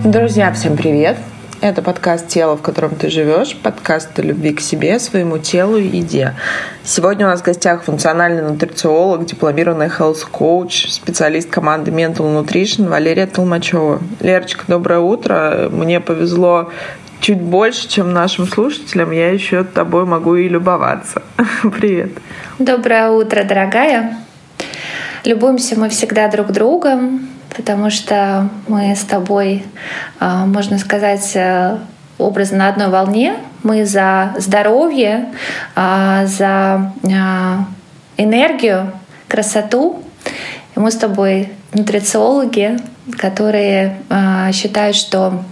Друзья, всем привет! Это подкаст «Тело, в котором ты живешь», подкаст о любви к себе, своему телу и еде. Сегодня у нас в гостях функциональный нутрициолог, дипломированный health-коуч, специалист команды Mental Nutrition Валерия Толмачева. Лерочка, доброе утро. Мне повезло чуть больше, чем нашим слушателям. Я еще тобой могу и любоваться. Привет. Доброе утро, дорогая. Любуемся мы всегда друг другом, потому что мы с тобой, можно сказать, образно на одной волне. Мы за здоровье, за энергию, красоту. И мы с тобой нутрициологи, которые считают, что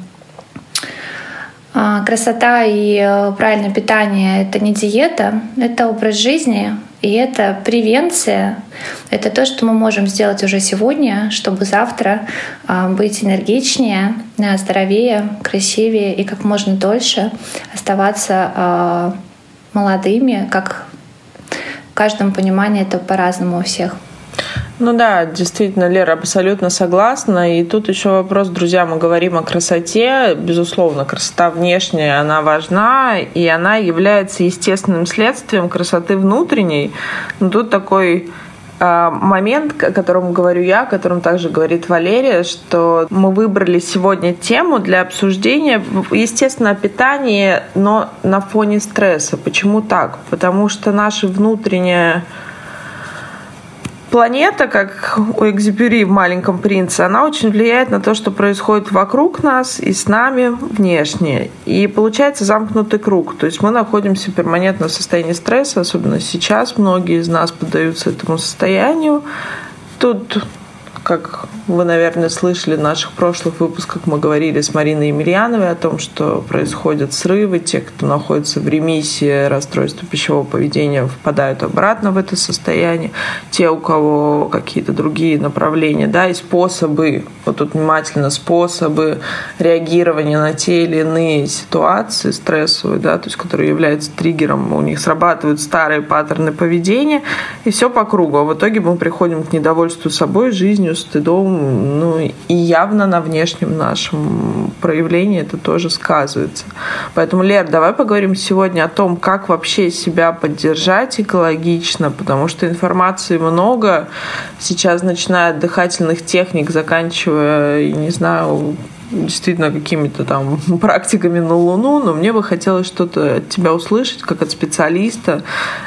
красота и правильное питание — это не диета, это образ жизни, и это превенция. Это то, что мы можем сделать уже сегодня, чтобы завтра быть энергичнее, здоровее, красивее и как можно дольше оставаться молодыми, как в каждом понимании это по-разному у всех. Ну да, действительно, Лера, абсолютно согласна. И тут еще вопрос, друзья, мы говорим о красоте. Безусловно, красота внешняя, она важна, и она является естественным следствием красоты внутренней. Но тут такой момент, о котором говорю я, о котором также говорит Валерия, что мы выбрали сегодня тему для обсуждения, естественно, о питании, но на фоне стресса. Почему так? Потому что наша внутренняя планета, как у Экзюпери в «Маленьком принце», она очень влияет на то, что происходит вокруг нас и с нами внешне. И получается замкнутый круг. То есть мы находимся перманентно в состоянии стресса, особенно сейчас многие из нас поддаются этому состоянию. Тут, как вы, наверное, слышали в наших прошлых выпусках, мы говорили с Мариной Емельяновой о том, что происходят срывы. Те, кто находится в ремиссии расстройства пищевого поведения, впадают обратно в это состояние. Те, у кого какие-то другие направления, да, и способы, вот тут внимательно, способы реагирования на те или иные ситуации стрессовые, да, то есть которые являются триггером, у них срабатывают старые паттерны поведения, и все по кругу. А в итоге мы приходим к недовольству собой, жизнью, стыдом, ну и явно на внешнем нашем проявлении это тоже сказывается. Поэтому, Лер, давай поговорим сегодня о том, как вообще себя поддержать экологично, потому что информации много. Сейчас, начиная от дыхательных техник, заканчивая, не знаю, действительно какими-то там практиками на Луну, но мне бы хотелось что-то от тебя услышать, как от специалиста,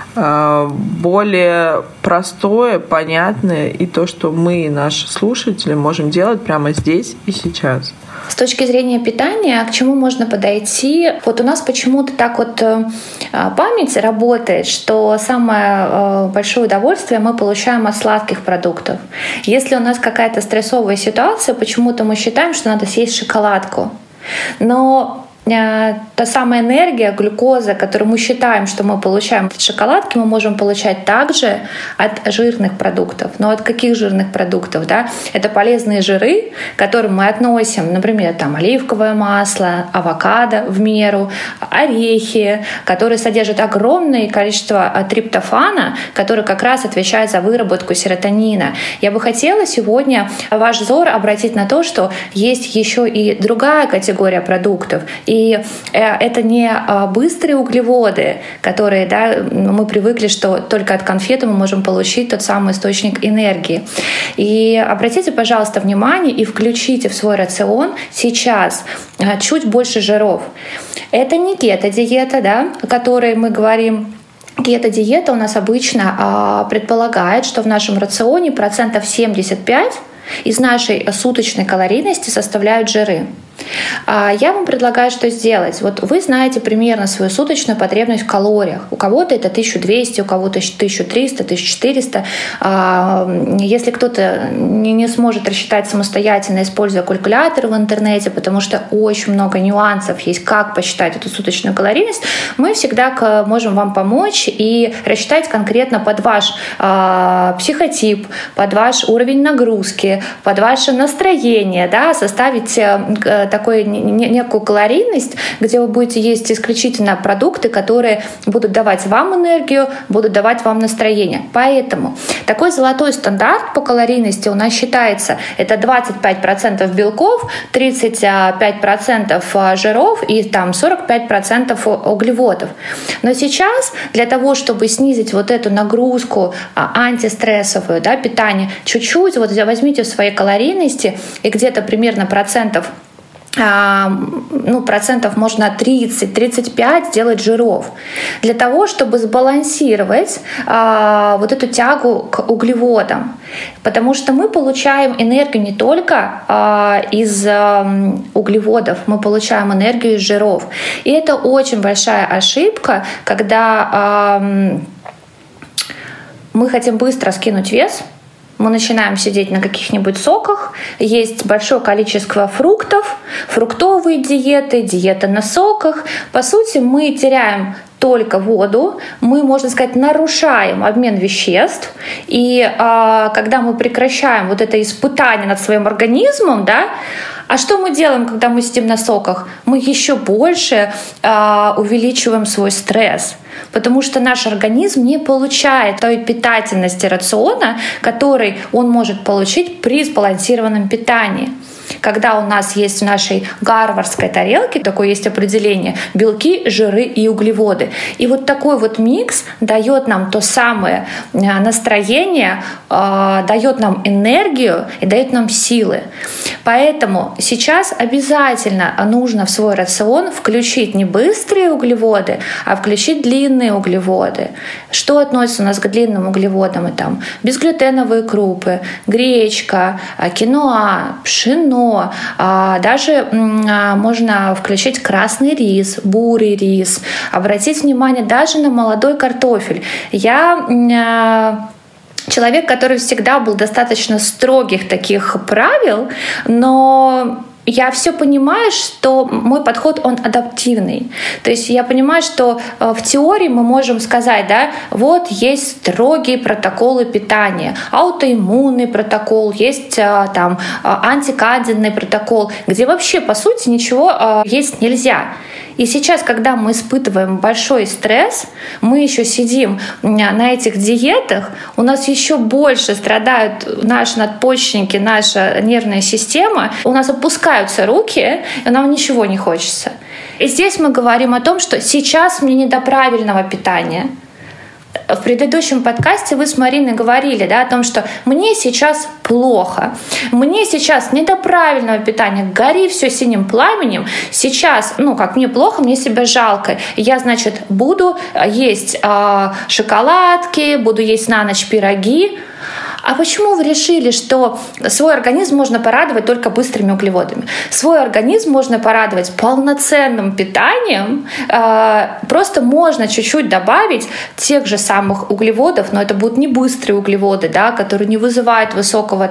более простое, понятное, и то, что мы и наши слушатели можем делать прямо здесь и сейчас. С точки зрения питания, к чему можно подойти? Вот у нас почему-то так вот память работает, что самое большое удовольствие мы получаем от сладких продуктов. Если у нас какая-то стрессовая ситуация, почему-то мы считаем, что надо съесть шоколадку. Но та самая энергия, глюкоза, которую мы считаем, что мы получаем от шоколадки, мы можем получать также от жирных продуктов. Но от каких жирных продуктов? Да? Это полезные жиры, к которым мы относим, например, там, оливковое масло, авокадо в меру, орехи, которые содержат огромное количество триптофана, который как раз отвечает за выработку серотонина. Я бы хотела сегодня ваш взор обратить на то, что есть еще и другая категория продуктов. И это не быстрые углеводы, которые, да, мы привыкли, что только от конфеты мы можем получить тот самый источник энергии. И обратите, пожалуйста, внимание и включите в свой рацион сейчас чуть больше жиров. Это не кето-диета, да, о которой мы говорим. Кето-диета у нас обычно предполагает, что в нашем рационе 75% из нашей суточной калорийности составляют жиры. Я вам предлагаю, что сделать. Вот вы знаете примерно свою суточную потребность в калориях. У кого-то это 1200, у кого-то 1300, 1400. Если кто-то не сможет рассчитать самостоятельно, используя калькулятор в интернете, потому что очень много нюансов есть, как посчитать эту суточную калорийность, мы всегда можем вам помочь и рассчитать конкретно под ваш психотип, под ваш уровень нагрузки, под ваше настроение, да, составить такую некую калорийность, где вы будете есть исключительно продукты, которые будут давать вам энергию, будут давать вам настроение. Поэтому такой золотой стандарт по калорийности у нас считается: это 25% белков, 35% жиров и там 45% углеводов. Но сейчас для того, чтобы снизить вот эту нагрузку антистрессовую, да, питание, чуть-чуть вот возьмите в своей калорийности и где-то примерно процентов можно 30-35 делать жиров, для того, чтобы сбалансировать вот эту тягу к углеводам. Потому что мы получаем энергию не только из углеводов, мы получаем энергию из жиров. И это очень большая ошибка, когда мы хотим быстро скинуть вес. Мы начинаем сидеть на каких-нибудь соках, есть большое количество фруктов, фруктовые диеты, диета на соках. По сути, мы теряем только воду, мы, можно сказать, нарушаем обмен веществ. И когда мы прекращаем вот это испытание над своим организмом, да, а что мы делаем, когда мы сидим на соках? Мы еще больше увеличиваем свой стресс, потому что наш организм не получает той питательности рациона, который он может получить при сбалансированном питании. Когда у нас есть в нашей гарвардской тарелке, такое есть определение, белки, жиры и углеводы. И вот такой вот микс дает нам то самое настроение, дает нам энергию и дает нам силы. Поэтому сейчас обязательно нужно в свой рацион включить не быстрые углеводы, а включить длинные углеводы. Что относится у нас к длинным углеводам? И там безглютеновые крупы, гречка, киноа, пшено. Даже можно включить красный рис, бурый рис. Обратить внимание даже на молодой картофель. Я человек, который всегда был достаточно строгих таких правил, но я все понимаю, что мой подход, он адаптивный. То есть я понимаю, что в теории мы можем сказать, да, вот есть строгие протоколы питания, аутоиммунный протокол, есть там антикаденный протокол, где вообще, по сути, ничего есть нельзя. И сейчас, когда мы испытываем большой стресс, мы еще сидим на этих диетах, у нас еще больше страдают наши надпочечники, наша нервная система, у нас опускаются руки, и нам ничего не хочется. И здесь мы говорим о том, что сейчас мне не до правильного питания. В предыдущем подкасте вы с Мариной говорили, да, о том, что мне сейчас плохо, мне сейчас не до правильного питания, гори все синим пламенем, сейчас, как мне плохо, мне себя жалко, я, значит, буду есть шоколадки, буду есть на ночь пироги. А почему вы решили, что свой организм можно порадовать только быстрыми углеводами? Свой организм можно порадовать полноценным питанием. Просто можно чуть-чуть добавить тех же самых углеводов, но это будут не быстрые углеводы, да, которые не вызывают высокого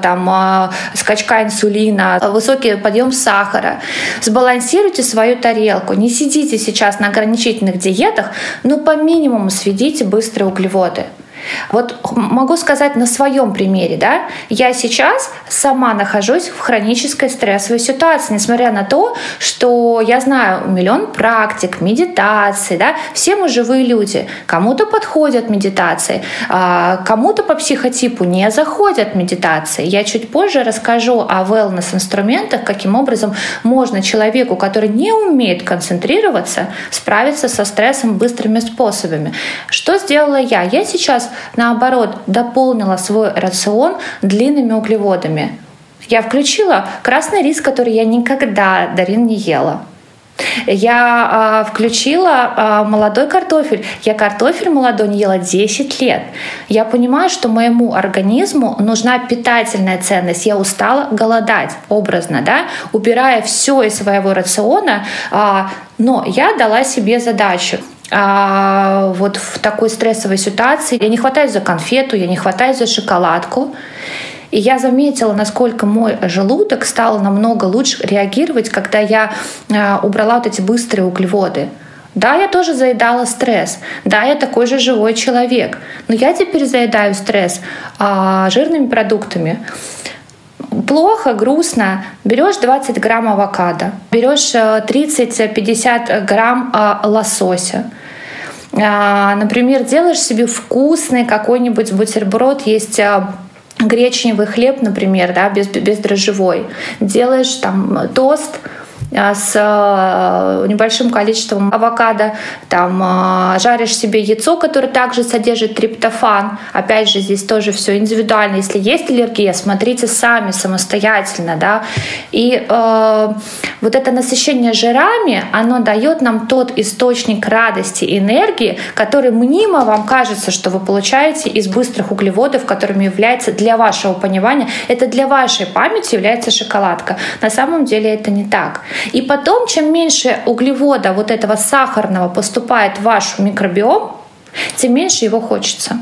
скачка инсулина, высокий подъем сахара. Сбалансируйте свою тарелку. Не сидите сейчас на ограничительных диетах, но по минимуму сведите быстрые углеводы. Вот могу сказать на своем примере, да, я сейчас сама нахожусь в хронической стрессовой ситуации, несмотря на то, что я знаю миллион практик, медитации, да, все мы живые люди, кому-то подходят медитации, кому-то по психотипу не заходят медитации. Я чуть позже расскажу о wellness-инструментах, каким образом можно человеку, который не умеет концентрироваться, справиться со стрессом быстрыми способами. Что сделала я? Я сейчас наоборот, дополнила свой рацион длинными углеводами. Я включила красный рис, который я никогда, Дарин, не ела. Я включила молодой картофель. Я картофель молодой не ела 10 лет. Я понимаю, что моему организму нужна питательная ценность. Я устала голодать, образно, да, убирая все из своего рациона. Но я дала себе задачу. Вот в такой стрессовой ситуации я не хватаюсь за конфету, я не хватаюсь за шоколадку. И я заметила, насколько мой желудок стал намного лучше реагировать, когда я убрала вот эти быстрые углеводы. Да, я тоже заедала стресс. Да, я такой же живой человек. Но я теперь заедаю стресс жирными продуктами. плохо, грустно, берешь 20 грамм авокадо, берешь 30-50 грамм лосося. Например, делаешь себе вкусный какой-нибудь бутерброд, есть гречневый хлеб, например, да, бездрожжевой. Делаешь там тост с небольшим количеством авокадо, там жаришь себе яйцо, которое также содержит триптофан. Опять же, здесь тоже все индивидуально. Если есть аллергия, смотрите сами, самостоятельно, да. И вот это насыщение жирами, оно дает нам тот источник радости и энергии, который мнимо вам кажется, что вы получаете из быстрых углеводов, которыми является для вашего понимания, это для вашей памяти является шоколадка. На самом деле это не так. И потом, чем меньше углевода вот этого сахарного поступает в ваш микробиом, тем меньше его хочется.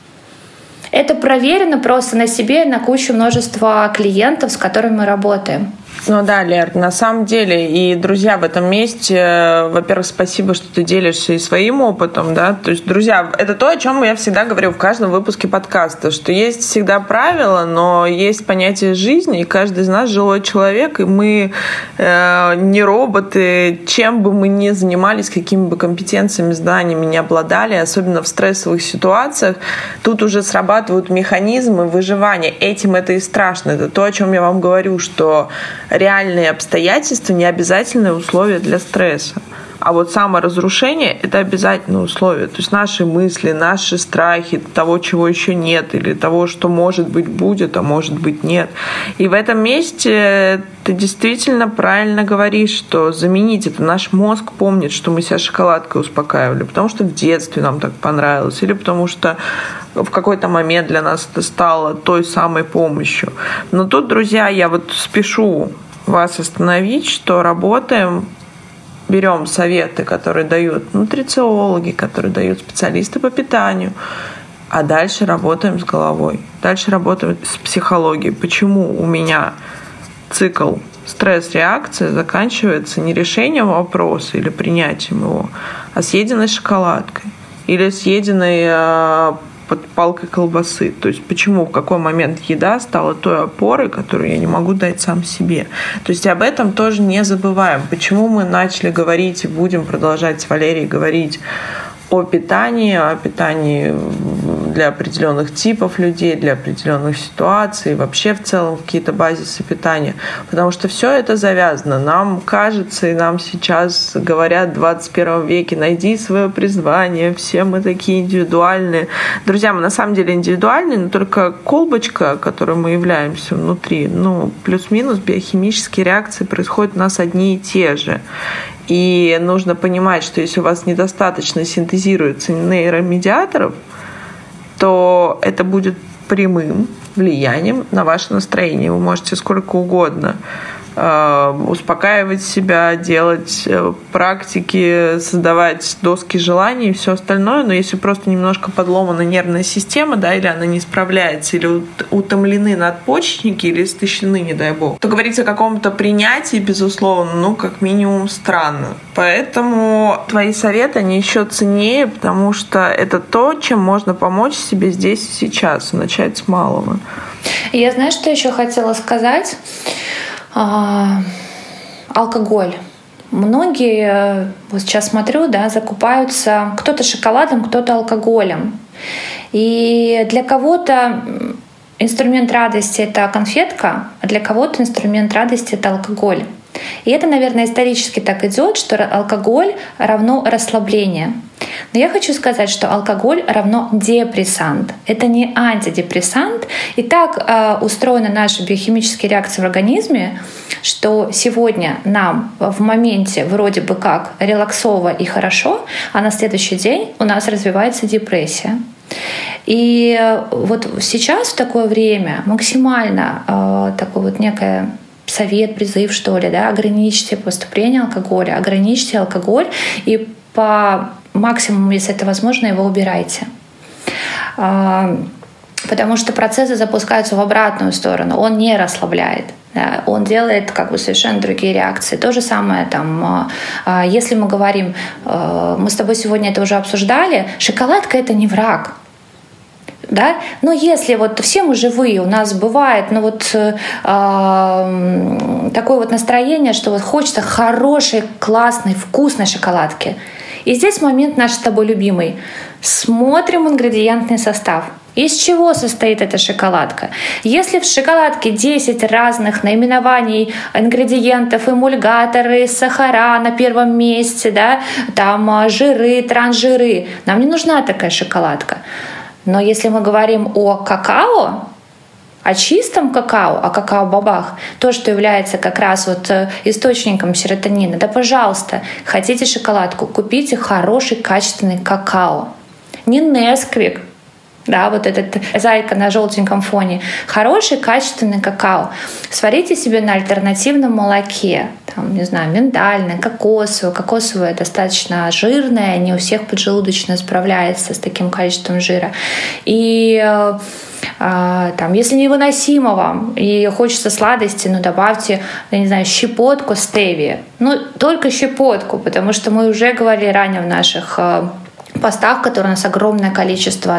Это проверено просто на себе, на кучу множества клиентов, с которыми мы работаем. Ну да, Лер, на самом деле, и, друзья, в этом месте, во-первых, спасибо, что ты делишься и своим опытом, да, то есть, друзья, это то, о чем я всегда говорю в каждом выпуске подкаста, что есть всегда правила, но есть понятие жизни, и каждый из нас живой человек, и мы не роботы, чем бы мы ни занимались, какими бы компетенциями, знаниями не обладали, особенно в стрессовых ситуациях, тут уже срабатывают механизмы выживания, этим это и страшно, это то, о чем я вам говорю, что реальные обстоятельства не обязательное условие для стресса. А вот саморазрушение – это обязательное условие. То есть наши мысли, наши страхи, того, чего еще нет, или того, что может быть будет, а может быть нет. И в этом месте ты действительно правильно говоришь, что заменить это. Наш мозг помнит, что мы себя шоколадкой успокаивали, потому что в детстве нам так понравилось, или потому что в какой-то момент для нас это стало той самой помощью. Но тут, друзья, я вот спешу вас остановить, что работаем, берем советы, которые дают нутрициологи, которые дают специалисты по питанию, а дальше работаем с головой, дальше работаем с психологией. Почему у меня цикл стресс-реакция заканчивается не решением вопроса или принятием его, а съеденной шоколадкой или съеденной под палкой колбасы. То есть почему, в какой момент еда стала той опорой, которую я не могу дать сам себе. То есть об этом тоже не забываем. Почему мы начали говорить и будем продолжать с Валерией говорить о питании для определенных типов людей, для определенных ситуаций, вообще в целом какие-то базисы питания. Потому что все это завязано. Нам кажется, и нам сейчас говорят в 21 веке, найди свое призвание, все мы такие индивидуальные. Друзья, мы на самом деле индивидуальные, но только колбочка, которой мы являемся внутри, плюс-минус биохимические реакции происходят у нас одни и те же. И нужно понимать, что если у вас недостаточно синтезируется нейромедиаторов, то это будет прямым влиянием на ваше настроение. Вы можете сколько угодно успокаивать себя, делать практики, создавать доски желаний и все остальное, но если просто немножко подломана нервная система, да, или она не справляется, или утомлены надпочечники, или истощены, не дай бог, то говорить о каком-то принятии, безусловно, как минимум странно. Поэтому твои советы, они еще ценнее, потому что это то, чем можно помочь себе здесь и сейчас, и начать с малого. Я, знаешь, что еще хотела сказать? Алкоголь. Многие, вот сейчас смотрю, да, закупаются кто-то шоколадом, кто-то алкоголем. И для кого-то инструмент радости — это конфетка, а для кого-то инструмент радости — это алкоголь. И это, наверное, исторически так идет, что алкоголь равно расслабление. Но я хочу сказать, что алкоголь равно депрессант. Это не антидепрессант. И так устроены наши биохимические реакции в организме, что сегодня нам в моменте вроде бы как релаксово и хорошо, а на следующий день у нас развивается депрессия. И вот сейчас в такое время максимально такое вот некое совет, призыв, что ли, да, ограничьте поступление алкоголя, ограничьте алкоголь и по максимуму, если это возможно, его убирайте. Потому что процессы запускаются в обратную сторону. Он не расслабляет. Да, он делает совершенно другие реакции. То же самое там, если мы говорим, мы с тобой сегодня это уже обсуждали, шоколадка — это не враг. Да? Но если вот все мы живые, у нас бывает такое вот настроение, что вот хочется хорошей, классной, вкусной шоколадки. И здесь момент наш с тобой любимый. Смотрим ингредиентный состав. Из чего состоит эта шоколадка? Если в шоколадке 10 разных наименований ингредиентов, эмульгаторы, сахара на первом месте, да, там жиры, трансжиры, нам не нужна такая шоколадка. Но если мы говорим о какао, о чистом какао, о какао-бобах, то, что является как раз вот источником серотонина, да, пожалуйста, хотите шоколадку, купите хороший, качественный какао. Не Несквик, да, вот этот зайка на желтеньком фоне. Хороший, качественный какао. Сварите себе на альтернативном молоке. Там, не знаю, миндальное, кокосовое. Кокосовое достаточно жирное, не у всех поджелудочная справляется с таким количеством жира. И там, если невыносимо вам и хочется сладости, добавьте, я не знаю, щепотку стевии. Только щепотку, потому что мы уже говорили ранее в наших постах, которые у нас огромное количество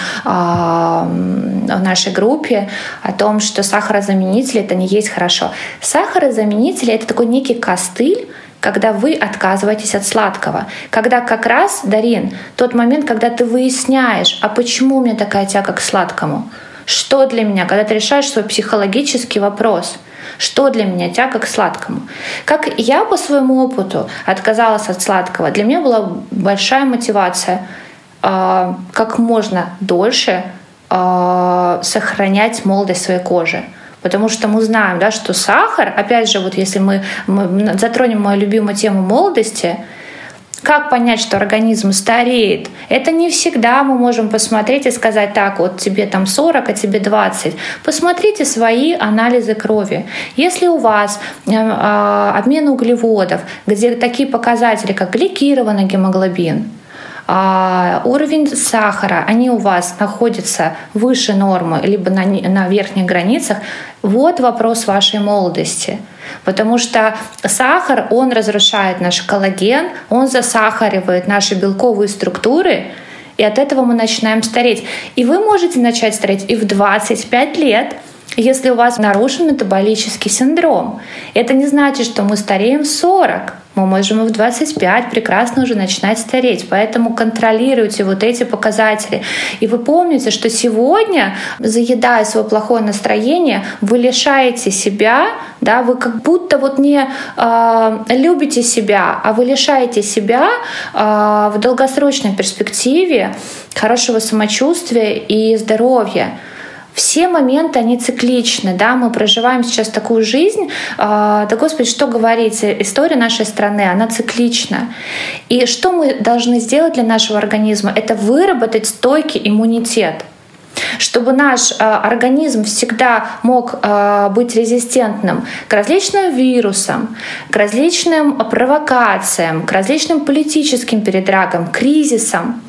в нашей группе, о том, что сахарозаменители — это не есть хорошо. Сахарозаменители — это такой некий костыль, когда вы отказываетесь от сладкого. Когда как раз, Дарин, тот момент, когда ты выясняешь, а почему у меня такая тяга к сладкому? Что для меня? Когда ты решаешь свой психологический вопрос. Что для меня тяга к сладкому? Как я по своему опыту отказалась от сладкого, для меня была большая мотивация как можно дольше сохранять молодость своей кожи. Потому что мы знаем, да, что сахар, опять же, вот если мы затронем мою любимую тему молодости, как понять, что организм стареет? Это не всегда мы можем посмотреть и сказать: так, вот тебе там 40, а тебе 20. Посмотрите свои анализы крови. Если у вас обмен углеводов, где такие показатели, как гликированный гемоглобин, уровень сахара, они у вас находятся выше нормы, либо на верхних границах, вот вопрос вашей молодости. Потому что сахар, он разрушает наш коллаген, он засахаривает наши белковые структуры, и от этого мы начинаем стареть. И вы можете начать стареть и в 25 лет, если у вас нарушен метаболический синдром. Это не значит, что мы стареем в 40. Мы можем и в 25 прекрасно уже начинать стареть. Поэтому контролируйте вот эти показатели. И вы помните, что сегодня, заедая свое плохое настроение, вы лишаете себя, да, вы как будто вот не любите себя, а вы лишаете себя в долгосрочной перспективе хорошего самочувствия и здоровья. Все моменты, они цикличны, да, мы проживаем сейчас такую жизнь, да, Господи, что говорить, история нашей страны, она циклична. И что мы должны сделать для нашего организма? Это выработать стойкий иммунитет, чтобы наш организм всегда мог быть резистентным к различным вирусам, к различным провокациям, к различным политическим передрягам, кризисам.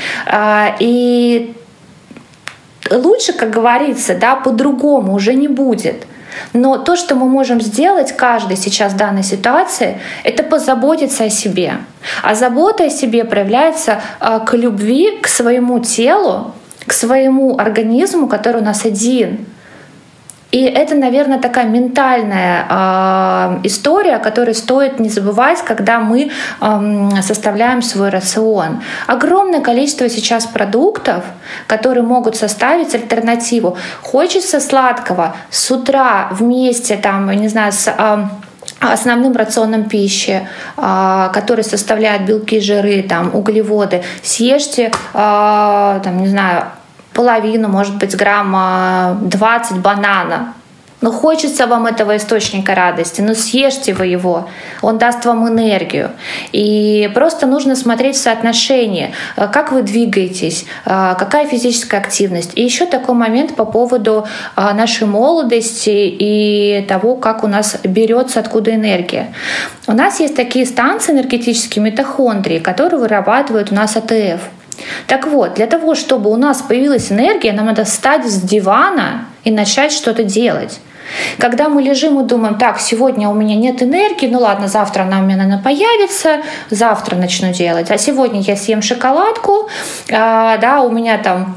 И лучше, как говорится, да, по-другому уже не будет. Но то, что мы можем сделать, каждый сейчас в данной ситуации, это позаботиться о себе. А забота о себе проявляется к любви к своему телу, к своему организму, который у нас один. И это, наверное, такая ментальная история, о которой стоит не забывать, когда мы составляем свой рацион. Огромное количество сейчас продуктов, которые могут составить альтернативу. Хочется сладкого с утра вместе, там, не знаю, с основным рационом пищи, который составляет белки, жиры, там, углеводы. Съешьте, там, не знаю, половину, может быть, грамма 20 банана. Но хочется вам этого источника радости, но съешьте вы его, он даст вам энергию. И просто нужно смотреть соотношение, как вы двигаетесь, какая физическая активность. И еще такой момент по поводу нашей молодости и того, как у нас берется откуда энергия. У нас есть такие станции энергетические, митохондрии, которые вырабатывают у нас АТФ. Так вот, для того, чтобы у нас появилась энергия, нам надо встать с дивана и начать что-то делать. Когда мы лежим и думаем: так, сегодня у меня нет энергии, ну ладно, завтра она у меня, наверное, появится, завтра начну делать. А сегодня я съем шоколадку, да, у меня там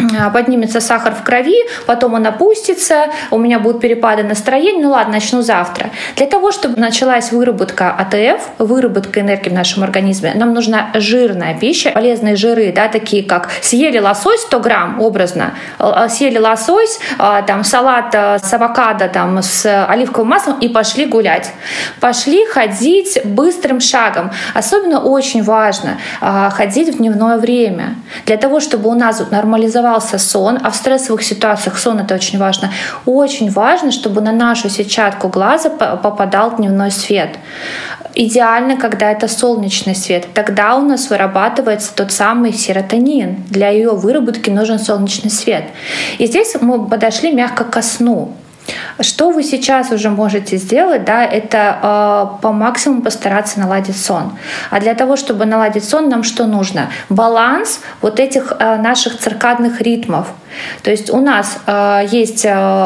поднимется сахар в крови, потом он опустится, у меня будут перепады настроения, ну ладно, начну завтра. Для того, чтобы началась выработка АТФ, выработка энергии в нашем организме, нам нужна жирная пища, полезные жиры, да, такие как съели лосось 100 грамм, образно, съели лосось, там, салат с авокадо, там, с оливковым маслом и пошли гулять. Пошли ходить быстрым шагом. Особенно очень важно ходить в дневное время. Для того, чтобы у нас нормализовался сон, а в стрессовых ситуациях сон — это очень важно, чтобы на нашу сетчатку глаза попадал дневной свет. Идеально, когда это солнечный свет. Тогда у нас вырабатывается тот самый серотонин. Для ее выработки нужен солнечный свет. И здесь мы подошли мягко ко сну. Что вы сейчас уже можете сделать, да, это по максимуму постараться наладить сон. А для того, чтобы наладить сон, нам что нужно? Баланс вот этих наших циркадных ритмов. То есть у нас есть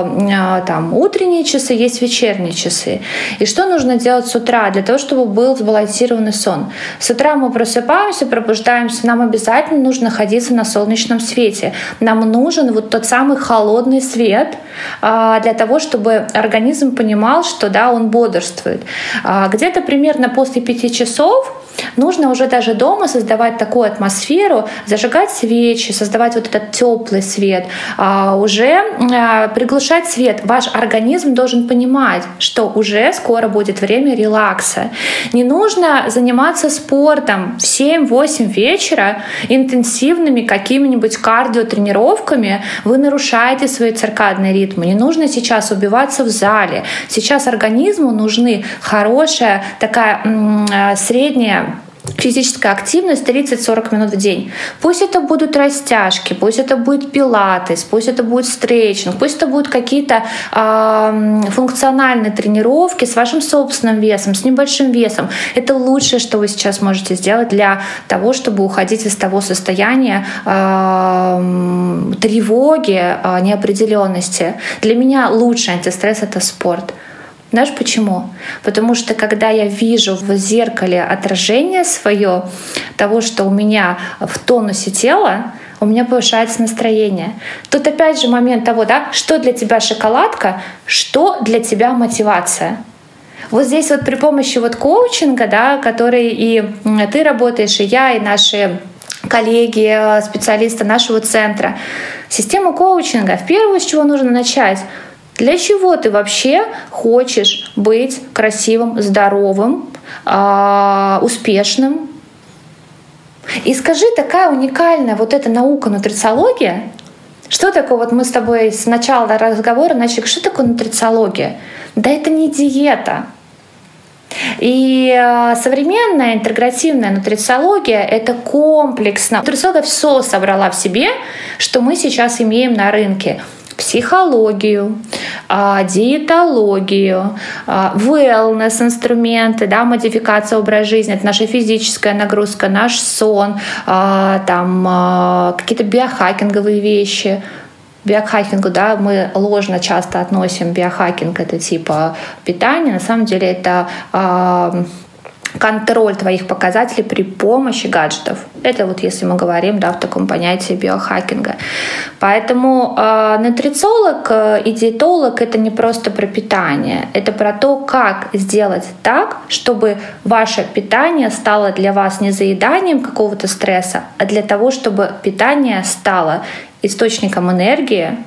там утренние часы, есть вечерние часы. И что нужно делать с утра для того, чтобы был сбалансированный сон? С утра мы просыпаемся, пробуждаемся, нам обязательно нужно находиться на солнечном свете. Нам нужен вот тот самый холодный свет для того, чтобы организм понимал, что да, он бодрствует. Где-то примерно после 5 часов нужно уже даже дома создавать такую атмосферу, зажигать свечи, создавать вот этот теплый свет, уже приглушать свет. Ваш организм должен понимать, что уже скоро будет время релакса. Не нужно заниматься спортом в 7-8 вечера интенсивными какими-нибудь кардиотренировками. Вы нарушаете свои циркадные ритмы. Не нужно сейчас убиваться в зале. Сейчас организму нужны хорошая такая средняя физическая активность 30-40 минут в день. Пусть это будут растяжки, пусть это будет пилатес, пусть это будет стретчинг, пусть это будут какие-то функциональные тренировки с вашим собственным весом, с небольшим весом. Это лучшее, что вы сейчас можете сделать для того, чтобы уходить из того состояния тревоги, неопределенности. Для меня лучший антистресс — это спорт. Знаешь почему? Потому что когда я вижу в зеркале отражение свое того, что у меня в тонусе тела, у меня повышается настроение. Тут опять же момент того, да, что для тебя шоколадка, что для тебя мотивация. Вот здесь вот при помощи вот коучинга, да, который и ты работаешь, и я, и наши коллеги, специалисты нашего центра, система коучинга, в первую, с чего нужно начать — для чего ты вообще хочешь быть красивым, здоровым, успешным? И скажи, такая уникальная вот эта наука нутрициология, что такое, вот мы с тобой с начала разговора начали, что такое нутрициология? Да это не диета. И современная интегративная нутрициология — это комплексно. Нутрициология все собрала в себе, что мы сейчас имеем на рынке. Психологию, диетологию, wellness-инструменты, да, модификация образа жизни, это наша физическая нагрузка, наш сон, там, какие-то биохакинговые вещи. Биохакингу, да, мы ложно часто относим биохакинг — это типа питания, на самом деле это контроль твоих показателей при помощи гаджетов. Это вот если мы говорим, да, в таком понятии биохакинга. Поэтому нутрициолог и диетолог — это не просто про питание, это про то, как сделать так, чтобы ваше питание стало для вас не заеданием какого-то стресса, а для того, чтобы питание стало источником энергии,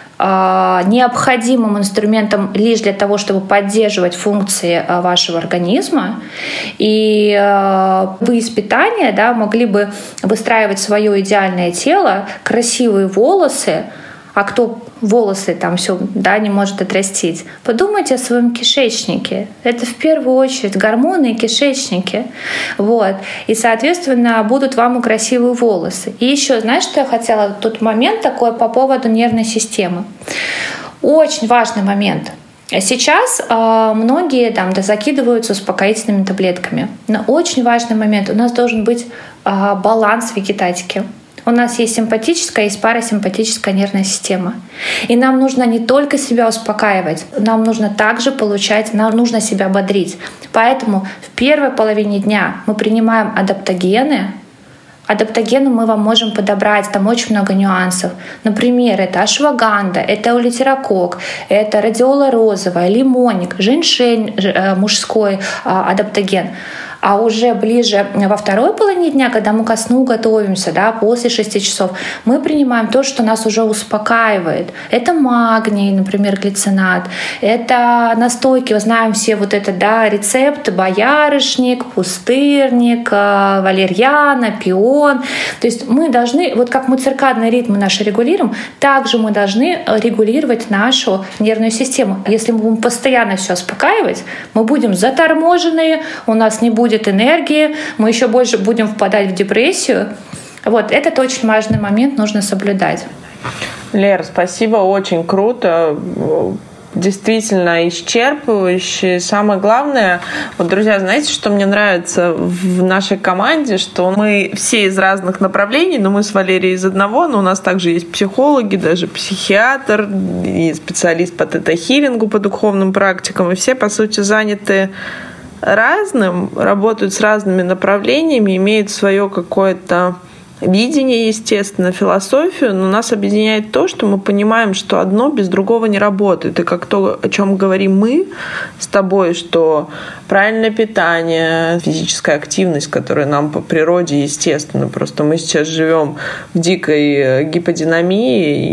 необходимым инструментом лишь для того, чтобы поддерживать функции вашего организма. И вы из питания, да, могли бы выстраивать свое идеальное тело, красивые волосы. А кто волосы там все, да, не может отрастить? Подумайте о своем кишечнике. Это в первую очередь гормоны и кишечники. Вот. И, соответственно, будут вам и красивые волосы. И еще, знаешь, что я хотела? Тут момент такой по поводу нервной системы. Очень важный момент. Сейчас многие там закидываются успокоительными таблетками. Но очень важный момент. У нас должен быть баланс в вегетатике. У нас есть симпатическая, есть парасимпатическая нервная система. И нам нужно не только себя успокаивать, нам нужно также получать, нам нужно себя бодрить. Поэтому в первой половине дня мы принимаем адаптогены, Адаптогены мы вам можем подобрать, там очень много нюансов. Например, это ашваганда, это эулитерокок, это радиола розовая, лимонник, женьшень мужской адаптоген. А уже ближе во второй половине дня, когда мы ко сну готовимся, да, после 6 часов, мы принимаем то, что нас уже успокаивает. Это магний, например, глицинат. Это настойки, знаем все вот это, да, рецепт: боярышник, пустырник, валерьяна, пион. То есть мы должны, вот как мы циркадные ритмы наши регулируем, также мы должны регулировать нашу нервную систему. Если мы будем постоянно все успокаивать, мы будем заторможенные, у нас не будет энергии, мы еще больше будем впадать в депрессию. Вот, этот очень важный момент нужно соблюдать. Лер, спасибо, очень круто. Действительно исчерпывающе. Самое главное, вот, друзья, знаете, что мне нравится в нашей команде, что мы все из разных направлений, но мы с Валерией из одного, но у нас также есть психологи, даже психиатр и специалист по тета-хилингу, по духовным практикам, и все, по сути, заняты разным, работают с разными направлениями, имеют свое какое-то видение, естественно, философию, но нас объединяет то, что мы понимаем, что одно без другого не работает. И как то, о чем говорим мы с тобой, что правильное питание, физическая активность, которая нам по природе естественно, просто мы сейчас живем в дикой гиподинамии,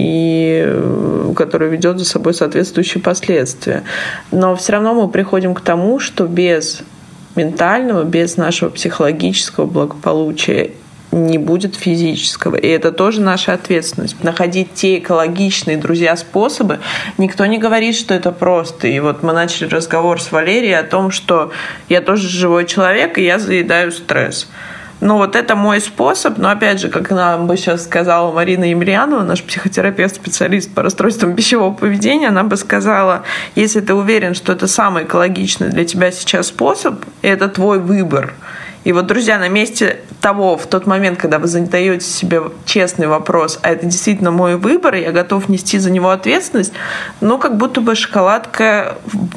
и которая ведет за собой соответствующие последствия. Но все равно мы приходим к тому, что без ментального, без нашего психологического благополучия не будет физического. И это тоже наша ответственность. Находить те экологичные, друзья, способы. Никто не говорит, что это просто. И вот мы начали разговор с Валерией о том, что я тоже живой человек, и я заедаю стресс. Ну, вот это мой способ. Но, опять же, как нам бы сейчас сказала Марина Емельянова, наш психотерапевт, специалист по расстройствам пищевого поведения, она бы сказала: если ты уверен, что это самый экологичный для тебя сейчас способ, и это твой выбор. И вот, друзья, на месте того, в тот момент, когда вы задаете себе честный вопрос, а это действительно мой выбор, и я готов нести за него ответственность, ну, как будто бы шоколадка в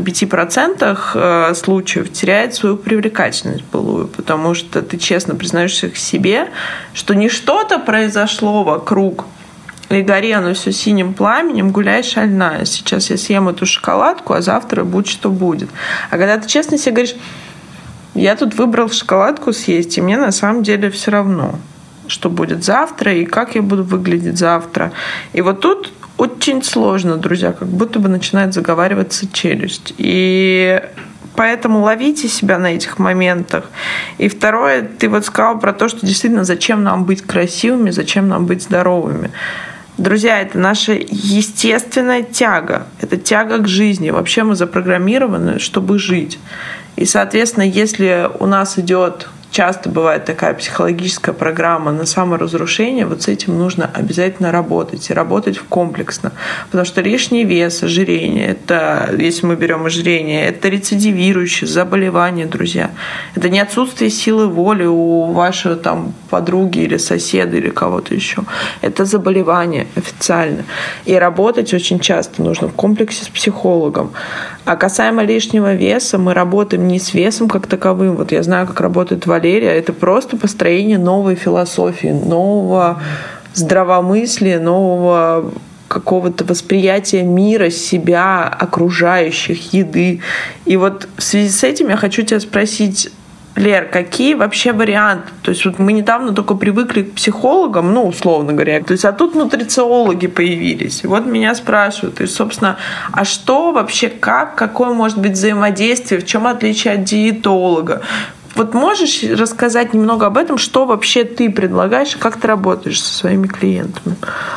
95% случаев теряет свою привлекательность былую, потому что ты честно признаешься к себе, что не что-то произошло вокруг, и гори оно все синим пламенем, гуляй шальная. Сейчас я съем эту шоколадку, а завтра будь что будет. А когда ты честно себе говоришь: я тут выбрал шоколадку съесть, и мне на самом деле все равно, что будет завтра и как я буду выглядеть завтра. И вот тут очень сложно, друзья, как будто бы начинает заговариваться челюсть. И поэтому ловите себя на этих моментах. И второе, ты вот сказал про то, что действительно зачем нам быть красивыми, зачем нам быть здоровыми. Друзья, это наша естественная тяга. Это тяга к жизни. Вообще мы запрограммированы, чтобы жить. И, соответственно, если у нас идет, часто бывает такая психологическая программа на саморазрушение, вот с этим нужно обязательно работать. И работать комплексно. Потому что лишний вес, ожирение, это, если мы берем ожирение, это рецидивирующее заболевание, друзья. Это не отсутствие силы воли у вашей там подруги или соседа или кого-то еще. Это заболевание официально. И работать очень часто нужно в комплексе с психологом. А касаемо лишнего веса, мы работаем не с весом как таковым. Вот я знаю, как работает Валерия. Это просто построение новой философии, нового здравомыслия, нового какого-то восприятия мира, себя, окружающих, еды. И вот в связи с этим я хочу тебя спросить: Лер, какие вообще варианты? То есть вот мы недавно только привыкли к психологам, ну, условно говоря, то есть, а тут нутрициологи появились. И вот меня спрашивают, и, собственно, а что вообще, какое может быть взаимодействие, в чем отличие от диетолога? Вот можешь рассказать немного об этом, что вообще ты предлагаешь и как ты работаешь со своими клиентами?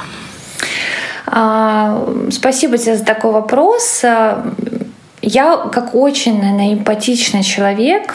Спасибо тебе за такой вопрос. Я, как очень, наверное, эмпатичный человек,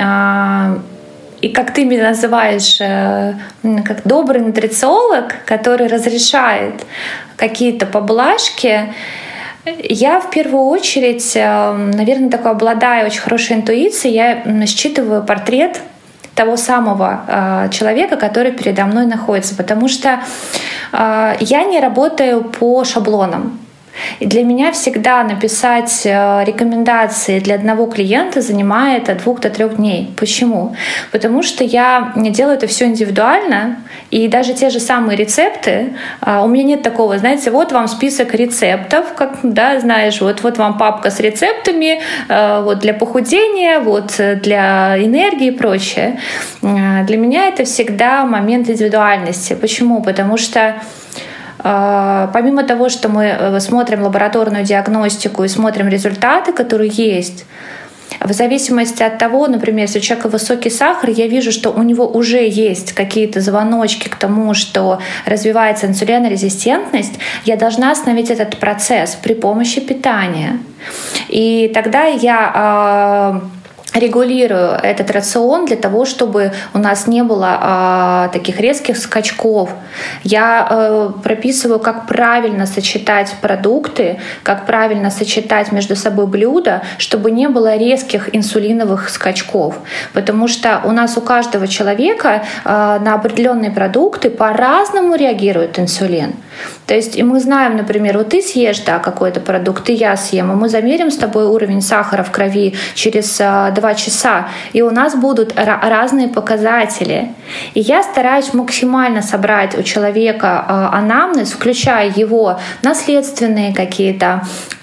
и как ты меня называешь, как добрый нутрициолог, который разрешает какие-то поблажки, я в первую очередь, наверное, такой обладаю очень хорошей интуицией, я считываю портрет того самого человека, который передо мной находится, потому что я не работаю по шаблонам. И для меня всегда написать рекомендации для одного клиента занимает от 2 до 3 дней. Почему? Потому что я делаю это все индивидуально, и даже те же самые рецепты, у меня нет такого, знаете, вот вам список рецептов, как, да, знаешь, вот вам папка с рецептами, вот для похудения, вот для энергии и прочее. Для меня это всегда момент индивидуальности. Почему? Потому что помимо того, что мы смотрим лабораторную диагностику и смотрим результаты, которые есть, в зависимости от того, например, если у человека высокий сахар, я вижу, что у него уже есть какие-то звоночки к тому, что развивается инсулинорезистентность, я должна остановить этот процесс при помощи питания. И тогда я регулирую этот рацион для того, чтобы у нас не было таких резких скачков. Я прописываю, как правильно сочетать продукты, как правильно сочетать между собой блюда, чтобы не было резких инсулиновых скачков. Потому что у нас у каждого человека на определенные продукты по-разному реагирует инсулин. То есть и мы знаем, например, вот ты съешь какой-то продукт, и я съем, и мы замерим с тобой уровень сахара в крови через 2 часа, и у нас будут разные показатели. И я стараюсь максимально собрать у человека анамнез, включая его наследственные какие-то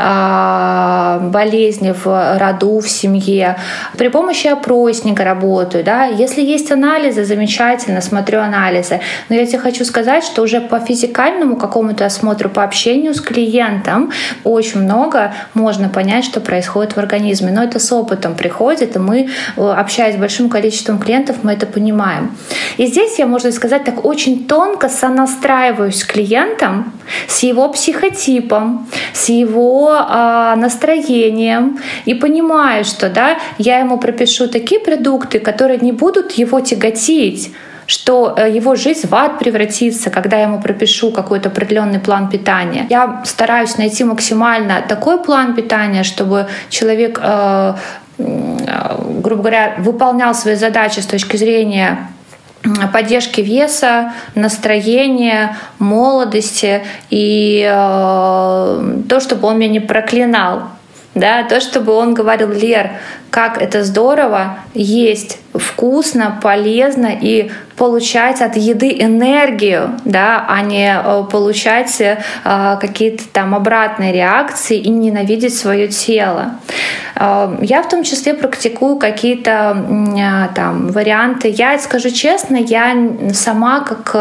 болезни в роду, в семье. При помощи опросника работаю. Да? Если есть анализы, замечательно, смотрю анализы. Но я тебе хочу сказать, что уже по физикальному какому-то осмотру, по общению с клиентом очень много можно понять, что происходит в организме. Но это с опытом приходит, и мы, общаясь с большим количеством клиентов, мы это понимаем. И здесь я, можно сказать, так очень тонко сонастраиваюсь с клиентом, с его психотипом, с его настроением, и понимаю, что да, я ему пропишу такие продукты, которые не будут его тяготить, что его жизнь в ад превратится, когда я ему пропишу какой-то определенный план питания. Я стараюсь найти максимально такой план питания, чтобы человек, грубо говоря, выполнял свои задачи с точки зрения поддержки веса, настроения, молодости и то, чтобы он меня не проклинал. Да, то, чтобы он говорил: Лер, как это здорово есть вкусно, полезно и получать от еды энергию, да, а не получать какие-то там обратные реакции и ненавидеть свое тело. Я в том числе практикую какие-то там варианты. Я скажу честно, я сама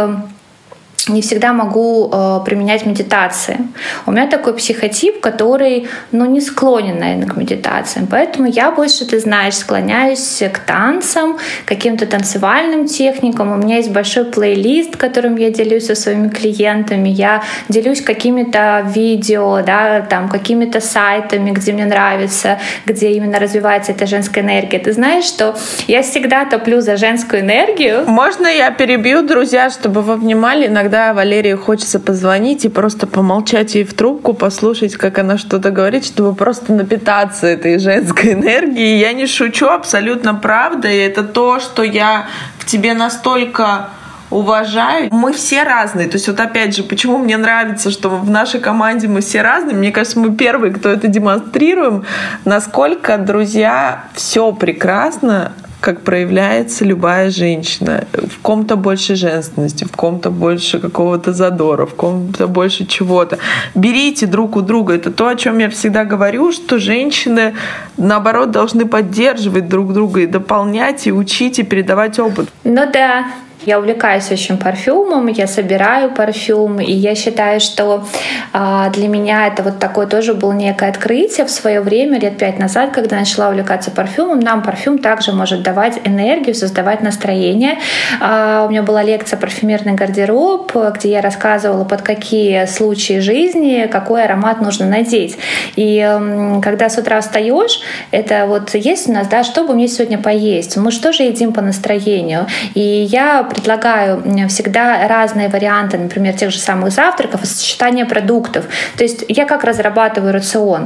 не всегда могу применять медитации. У меня такой психотип, который, не склонен, наверное, к медитациям. Поэтому я больше, ты знаешь, склоняюсь к танцам, каким-то танцевальным техникам. У меня есть большой плейлист, которым я делюсь со своими клиентами. Я делюсь какими-то видео, да, там, какими-то сайтами, где мне нравится, где именно развивается эта женская энергия. Ты знаешь, что я всегда топлю за женскую энергию. Можно я перебью, друзья, чтобы вы внимали? Иногда Валерии хочется позвонить и просто помолчать ей в трубку, послушать, как она что-то говорит, чтобы просто напитаться этой женской энергией. Я не шучу, абсолютно правда. И это то, что я в тебе настолько уважаю. Мы все разные. То есть вот опять же, почему мне нравится, что в нашей команде мы все разные. Мне кажется, мы первые, кто это демонстрируем. Насколько, друзья, все прекрасно, как проявляется любая женщина. В ком-то больше женственности, в ком-то больше какого-то задора, в ком-то больше чего-то. Берите друг у друга. Это то, о чем я всегда говорю, что женщины, наоборот, должны поддерживать друг друга и дополнять, и учить, и передавать опыт. Ну да. Я увлекаюсь очень парфюмом, я собираю парфюм, и я считаю, что для меня это вот такое тоже было некое открытие в свое время, лет 5 назад, когда начала увлекаться парфюмом. Нам парфюм также может давать энергию, создавать настроение. У меня была лекция «Парфюмерный гардероб», где я рассказывала, под какие случаи жизни какой аромат нужно надеть. И когда с утра встаешь, это вот есть у нас, да, что бы мне сегодня поесть? Мы же тоже едим по настроению. И я предлагаю всегда разные варианты, например, тех же самых завтраков и сочетания продуктов. То есть я как разрабатываю рацион.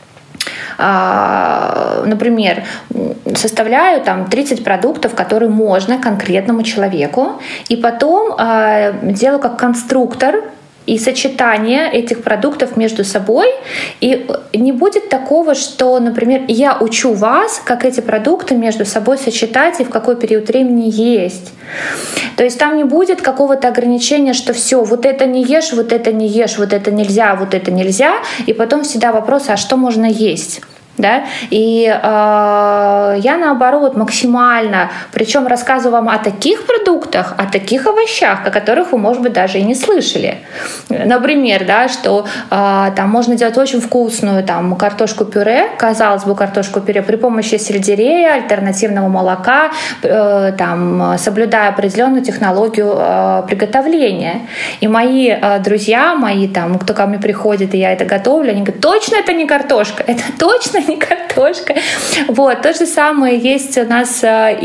Например, составляю там 30 продуктов, которые можно конкретному человеку, и потом делаю как конструктор и сочетание этих продуктов между собой. И не будет такого, что, например, я учу вас, как эти продукты между собой сочетать и в какой период времени есть. То есть там не будет какого-то ограничения, что все, вот это не ешь, вот это не ешь, вот это нельзя, вот это нельзя. И потом всегда вопрос, а что можно есть? Да? И я наоборот максимально, причем рассказываю вам о таких продуктах, о таких овощах, о которых вы, может быть, даже и не слышали. Например, да, что там можно делать очень вкусную там, картошку-пюре, казалось бы, картошку-пюре при помощи сельдерея, альтернативного молока, там, соблюдая определенную технологию приготовления. И мои друзья, мои, там, кто ко мне приходит, и я это готовлю, они говорят, точно это не картошка, это точно не картошка. Вот. То же самое есть у нас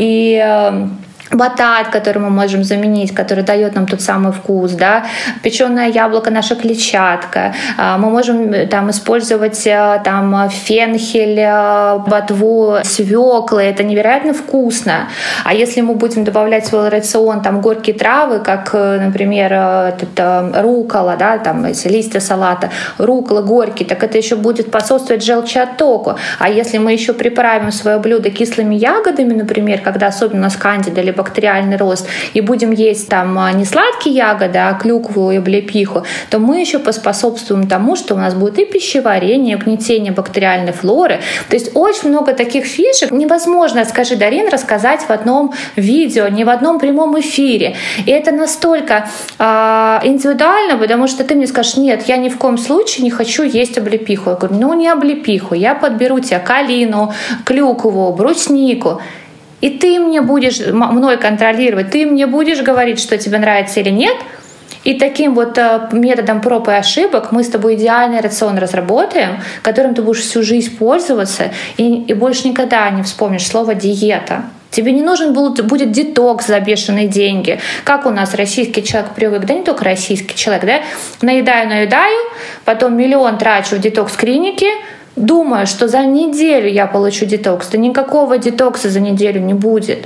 и батат, который мы можем заменить, который дает нам тот самый вкус, да, печеное яблоко, наша клетчатка. Мы можем там использовать там фенхель, ботву, свеклы. Это невероятно вкусно. А если мы будем добавлять в свой рацион там горькие травы, как, например, рукола, да, там эти листья салата, рукола горький, так это еще будет способствовать желчеоттоку. А если мы еще приправим свое блюдо кислыми ягодами, например, когда особенно у нас кандида или бактериальный рост, и будем есть там не сладкие ягоды, а клюкву и облепиху, то мы еще поспособствуем тому, что у нас будет и пищеварение, и угнетение бактериальной флоры. То есть очень много таких фишек невозможно, скажи, Дарин, рассказать в одном видео, не в одном прямом эфире. И это настолько индивидуально, потому что ты мне скажешь, нет, я ни в коем случае не хочу есть облепиху. Я говорю, ну не облепиху, я подберу тебе калину, клюкву, бруснику. И ты мне будешь мной контролировать, ты мне будешь говорить, что тебе нравится или нет. И таким вот методом проб и ошибок мы с тобой идеальный рацион разработаем, которым ты будешь всю жизнь пользоваться, и больше никогда не вспомнишь слово «диета». Тебе не нужен будет детокс за бешеные деньги. Как у нас российский человек привык, да не только российский человек, да? Наедаю, потом миллион трачу в детокс-клинике, думаю, что за неделю я получу детокс. Да никакого детокса за неделю не будет.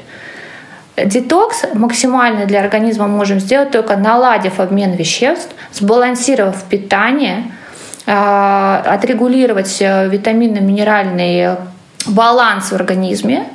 Детокс максимально для организма можем сделать только наладив обмен веществ, сбалансировав питание, отрегулировать витаминно-минеральный баланс в организме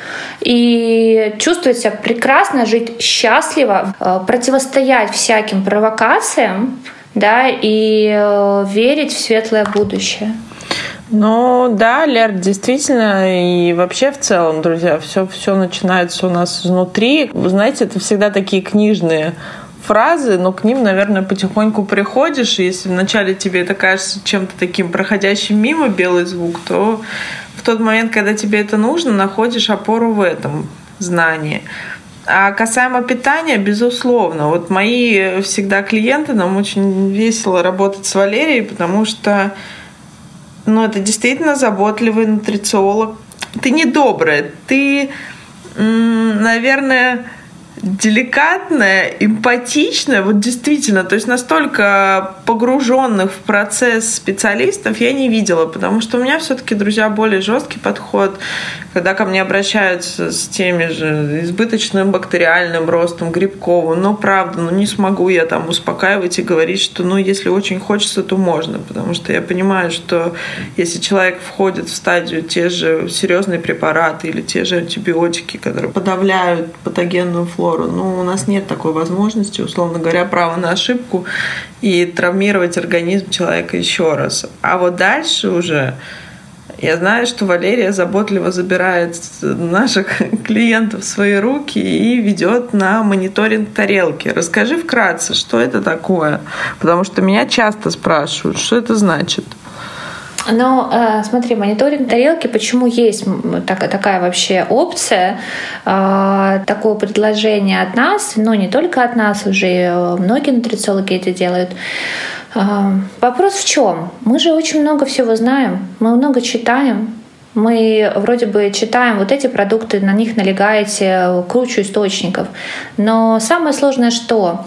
и чувствовать себя прекрасно, жить счастливо, противостоять всяким провокациям, да, и верить в светлое будущее. Ну да, Лер, действительно, и вообще в целом, друзья, все начинается у нас изнутри. Вы знаете, это всегда такие книжные фразы, но к ним, наверное, потихоньку приходишь, и если вначале тебе это кажется чем-то таким проходящим мимо, белый звук, то в тот момент, когда тебе это нужно, находишь опору в этом знании. А касаемо питания, безусловно, вот мои всегда клиенты, нам очень весело работать с Валерией, потому что это действительно заботливый нутрициолог. Ты не добрая, ты, наверное, деликатная, эмпатичная, вот действительно, то есть настолько погруженных в процесс специалистов я не видела, потому что у меня все-таки, друзья, более жесткий подход, когда ко мне обращаются с теми же избыточным бактериальным ростом, грибковым, правда, не смогу я там успокаивать и говорить, что, если очень хочется, то можно, потому что я понимаю, что если человек входит в стадию те же серьезные препараты или те же антибиотики, которые подавляют патогенную флору, у нас нет такой возможности, условно говоря, права на ошибку и травмировать организм человека еще раз. А вот дальше уже я знаю, что Валерия заботливо забирает наших клиентов в свои руки и ведет на мониторинг тарелки. Расскажи вкратце, что это такое, потому что меня часто спрашивают, что это значит. Смотри, мониторинг тарелки, почему есть такая вообще опция, такое предложение от нас, но не только от нас, уже многие нутрициологи это делают. Вопрос в чем? Мы же очень много всего знаем, мы много читаем. Мы вроде бы читаем вот эти продукты, на них налегаете кучу источников. Но самое сложное что?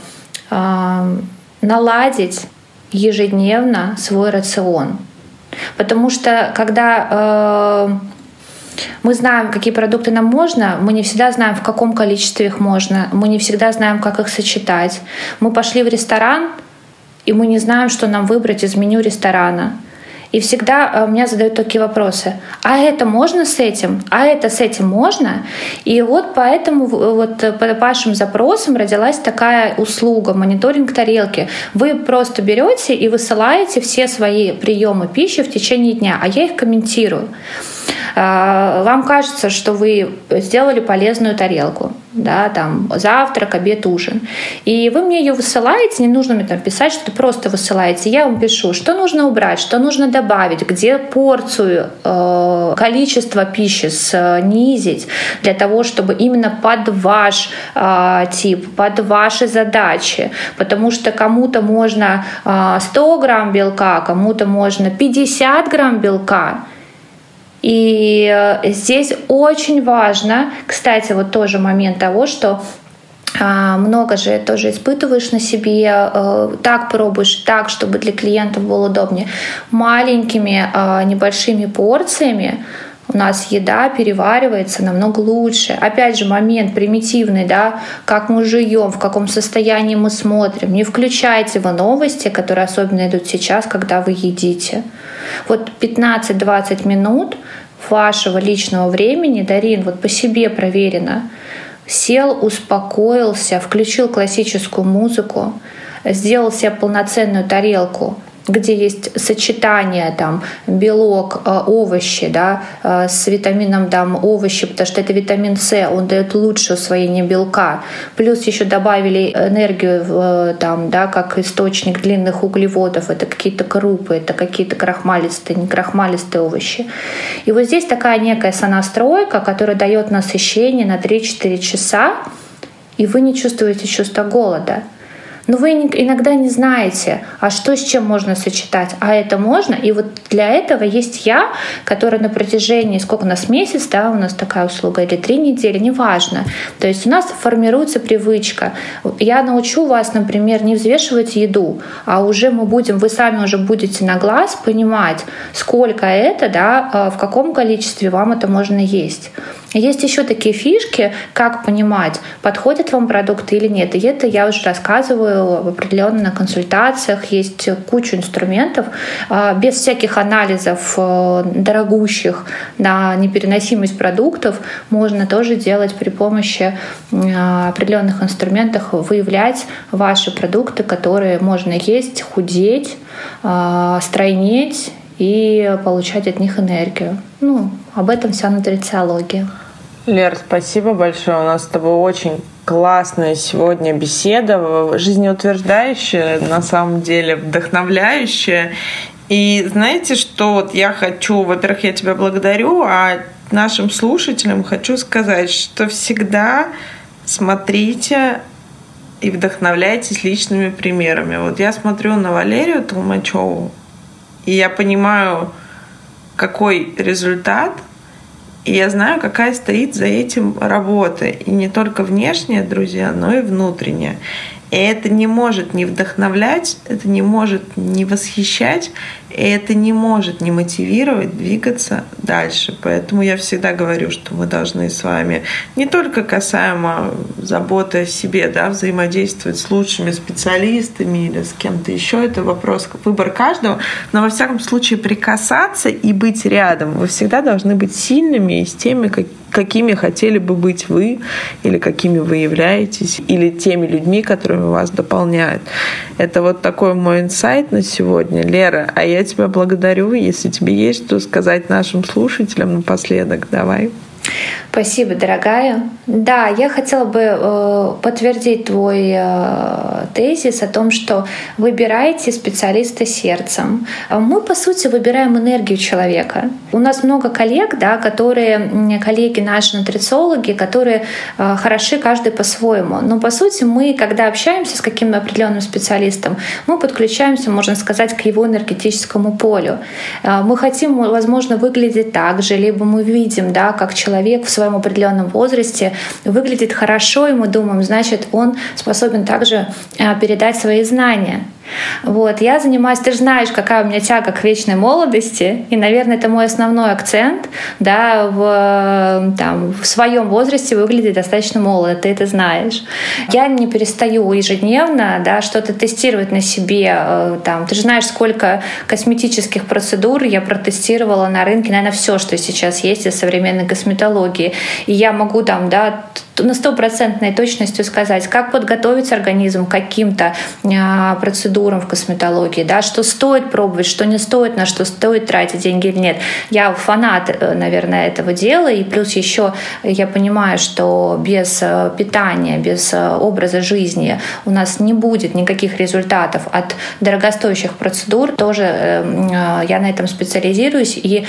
Наладить ежедневно свой рацион. Потому что когда мы знаем, какие продукты нам можно, мы не всегда знаем, в каком количестве их можно, мы не всегда знаем, как их сочетать. Мы пошли в ресторан, и мы не знаем, что нам выбрать из меню ресторана. И всегда меня задают такие вопросы. А это можно с этим? А это с этим можно? И вот поэтому вот по вашим запросам родилась такая услуга — мониторинг тарелки. Вы просто берете и высылаете все свои приемы пищи в течение дня, а я их комментирую. Вам кажется, что вы сделали полезную тарелку, да, там завтрак, обед, ужин, и вы мне ее высылаете, не нужно мне там писать, что просто высылаете, я вам пишу, что нужно убрать, что нужно добавить, где порцию, количество пищи снизить для того, чтобы именно под ваш тип, под ваши задачи, потому что кому-то можно 100 грамм белка, кому-то можно 50 грамм белка. И здесь очень важно, кстати, вот тоже момент того, что много же тоже испытываешь на себе, так пробуешь, так, чтобы для клиентов было удобнее. Маленькими небольшими порциями у нас еда переваривается намного лучше. Опять же, момент примитивный, да, как мы жуем, в каком состоянии мы смотрим. Не включайте вы новости, которые особенно идут сейчас, когда вы едите. Вот 15-20 минут вашего личного времени, Дарин, вот по себе проверено, сел, успокоился, включил классическую музыку, сделал себе полноценную тарелку, где есть сочетание там белок, овощи, да, с витамином там овощи, потому что это витамин С, он дает лучшее усвоение белка. Плюс еще добавили энергию там, да, как источник длинных углеводов. Это какие-то крупы, это какие-то крахмалистые, некрахмалистые овощи. И вот здесь такая некая сонастройка, которая дает насыщение на 3-4 часа, и вы не чувствуете чувство голода. Но вы иногда не знаете, а что с чем можно сочетать, а это можно. И вот для этого есть я, которая на протяжении, сколько у нас, месяц, да, у нас такая услуга, или 3 недели, неважно. То есть у нас формируется привычка. Я научу вас, например, не взвешивать еду, а уже вы сами уже будете на глаз понимать, сколько это, да, в каком количестве вам это можно есть. Есть еще такие фишки, как понимать, подходят вам продукты или нет. И это я уже рассказываю в определенных консультациях. Есть куча инструментов. Без всяких анализов дорогущих на непереносимость продуктов можно тоже делать при помощи определенных инструментов, выявлять ваши продукты, которые можно есть, худеть, стройнеть и получать от них энергию. Об этом вся нутрициология. Лер, спасибо большое. У нас с тобой очень классная сегодня беседа, жизнеутверждающая, на самом деле вдохновляющая. И знаете, что вот я хочу, во-первых, я тебя благодарю, а нашим слушателям хочу сказать, что всегда смотрите и вдохновляйтесь личными примерами. Вот я смотрю на Валерию Толмачеву, и я понимаю, какой результат, и я знаю, какая стоит за этим работа. И не только внешняя, друзья, но и внутренняя. И это не может не вдохновлять, это не может не восхищать, и это не может не мотивировать двигаться дальше. Поэтому я всегда говорю, что мы должны с вами не только касаемо заботы о себе, да, взаимодействовать с лучшими специалистами или с кем-то еще, это вопрос, выбор каждого, но во всяком случае прикасаться и быть рядом. Вы всегда должны быть сильными и с теми, какими хотели бы быть вы, или какими вы являетесь, или теми людьми, которыми вас дополняют. Это вот такой мой инсайт на сегодня. Лера, а я тебя благодарю. Если тебе есть что сказать нашим слушателям напоследок, давай. Спасибо, дорогая. Да, я хотела бы подтвердить твой тезис о том, что выбирайте специалиста сердцем. Мы, по сути, выбираем энергию человека. У нас много коллег, да, коллеги наши нутрициологи, которые хороши каждый по-своему. Но, по сути, мы, когда общаемся с каким-то определенным специалистом, мы подключаемся, можно сказать, к его энергетическому полю. Мы хотим, возможно, выглядеть так же, либо мы видим, да, как человек в своем определенном возрасте выглядит хорошо, и мы думаем, значит, он способен также передать свои знания. Вот, я занимаюсь, ты же знаешь, какая у меня тяга к вечной молодости, и, наверное, это мой основной акцент, да, в своем возрасте выглядеть достаточно молодо, ты это знаешь. Я не перестаю ежедневно, да, что-то тестировать на себе, ты же знаешь, сколько косметических процедур я протестировала на рынке, наверное, все, что сейчас есть из современной косметологии, и я могу на 100% точностью сказать, как подготовить организм к каким-то процедурам в косметологии, да, что стоит пробовать, что не стоит, на что стоит тратить деньги или нет. Я фанат, наверное, этого дела, и плюс еще я понимаю, что без питания, без образа жизни у нас не будет никаких результатов от дорогостоящих процедур. Тоже я на этом специализируюсь, и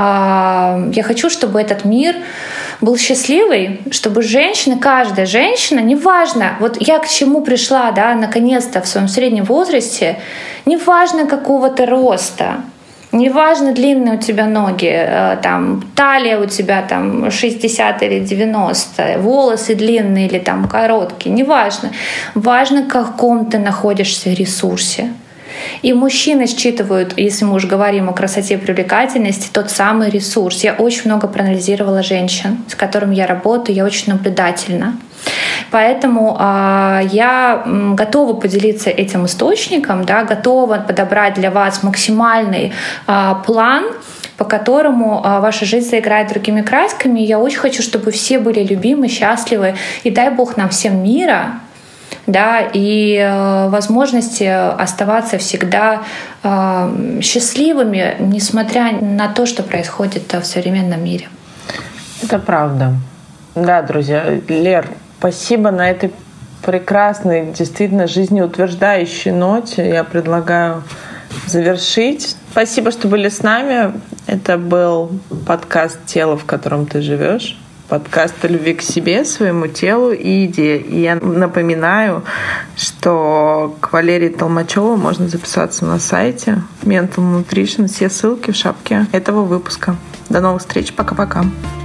я хочу, чтобы этот мир был счастливый, чтобы каждая женщина, неважно, вот я к чему пришла, да, наконец-то в своем среднем возрасте, неважно какого ты роста, неважно, длинные у тебя ноги, талия у тебя 60 или 90, волосы длинные или короткие, неважно. Важно, в каком ты находишься ресурсе. И мужчины считывают, если мы уж говорим о красоте и привлекательности, тот самый ресурс. Я очень много проанализировала женщин, с которыми я работаю, я очень наблюдательна. Поэтому я готова поделиться этим источником, да, готова подобрать для вас максимальный план, по которому ваша жизнь заиграет другими красками. Я очень хочу, чтобы все были любимы, счастливы. И дай Бог нам всем мира, да, и возможности оставаться всегда счастливыми, несмотря на то, что происходит в современном мире. Это правда. Да, друзья. Лер, спасибо на этой прекрасной, действительно жизнеутверждающей ноте. Я предлагаю завершить. Спасибо, что были с нами. Это был подкаст «Тело, в котором ты живешь». Подкаст о любви к себе, своему телу и еде. И я напоминаю, что к Валерии Толмачевой можно записаться на сайте Mental Nutrition. Все ссылки в шапке этого выпуска. До новых встреч. Пока-пока.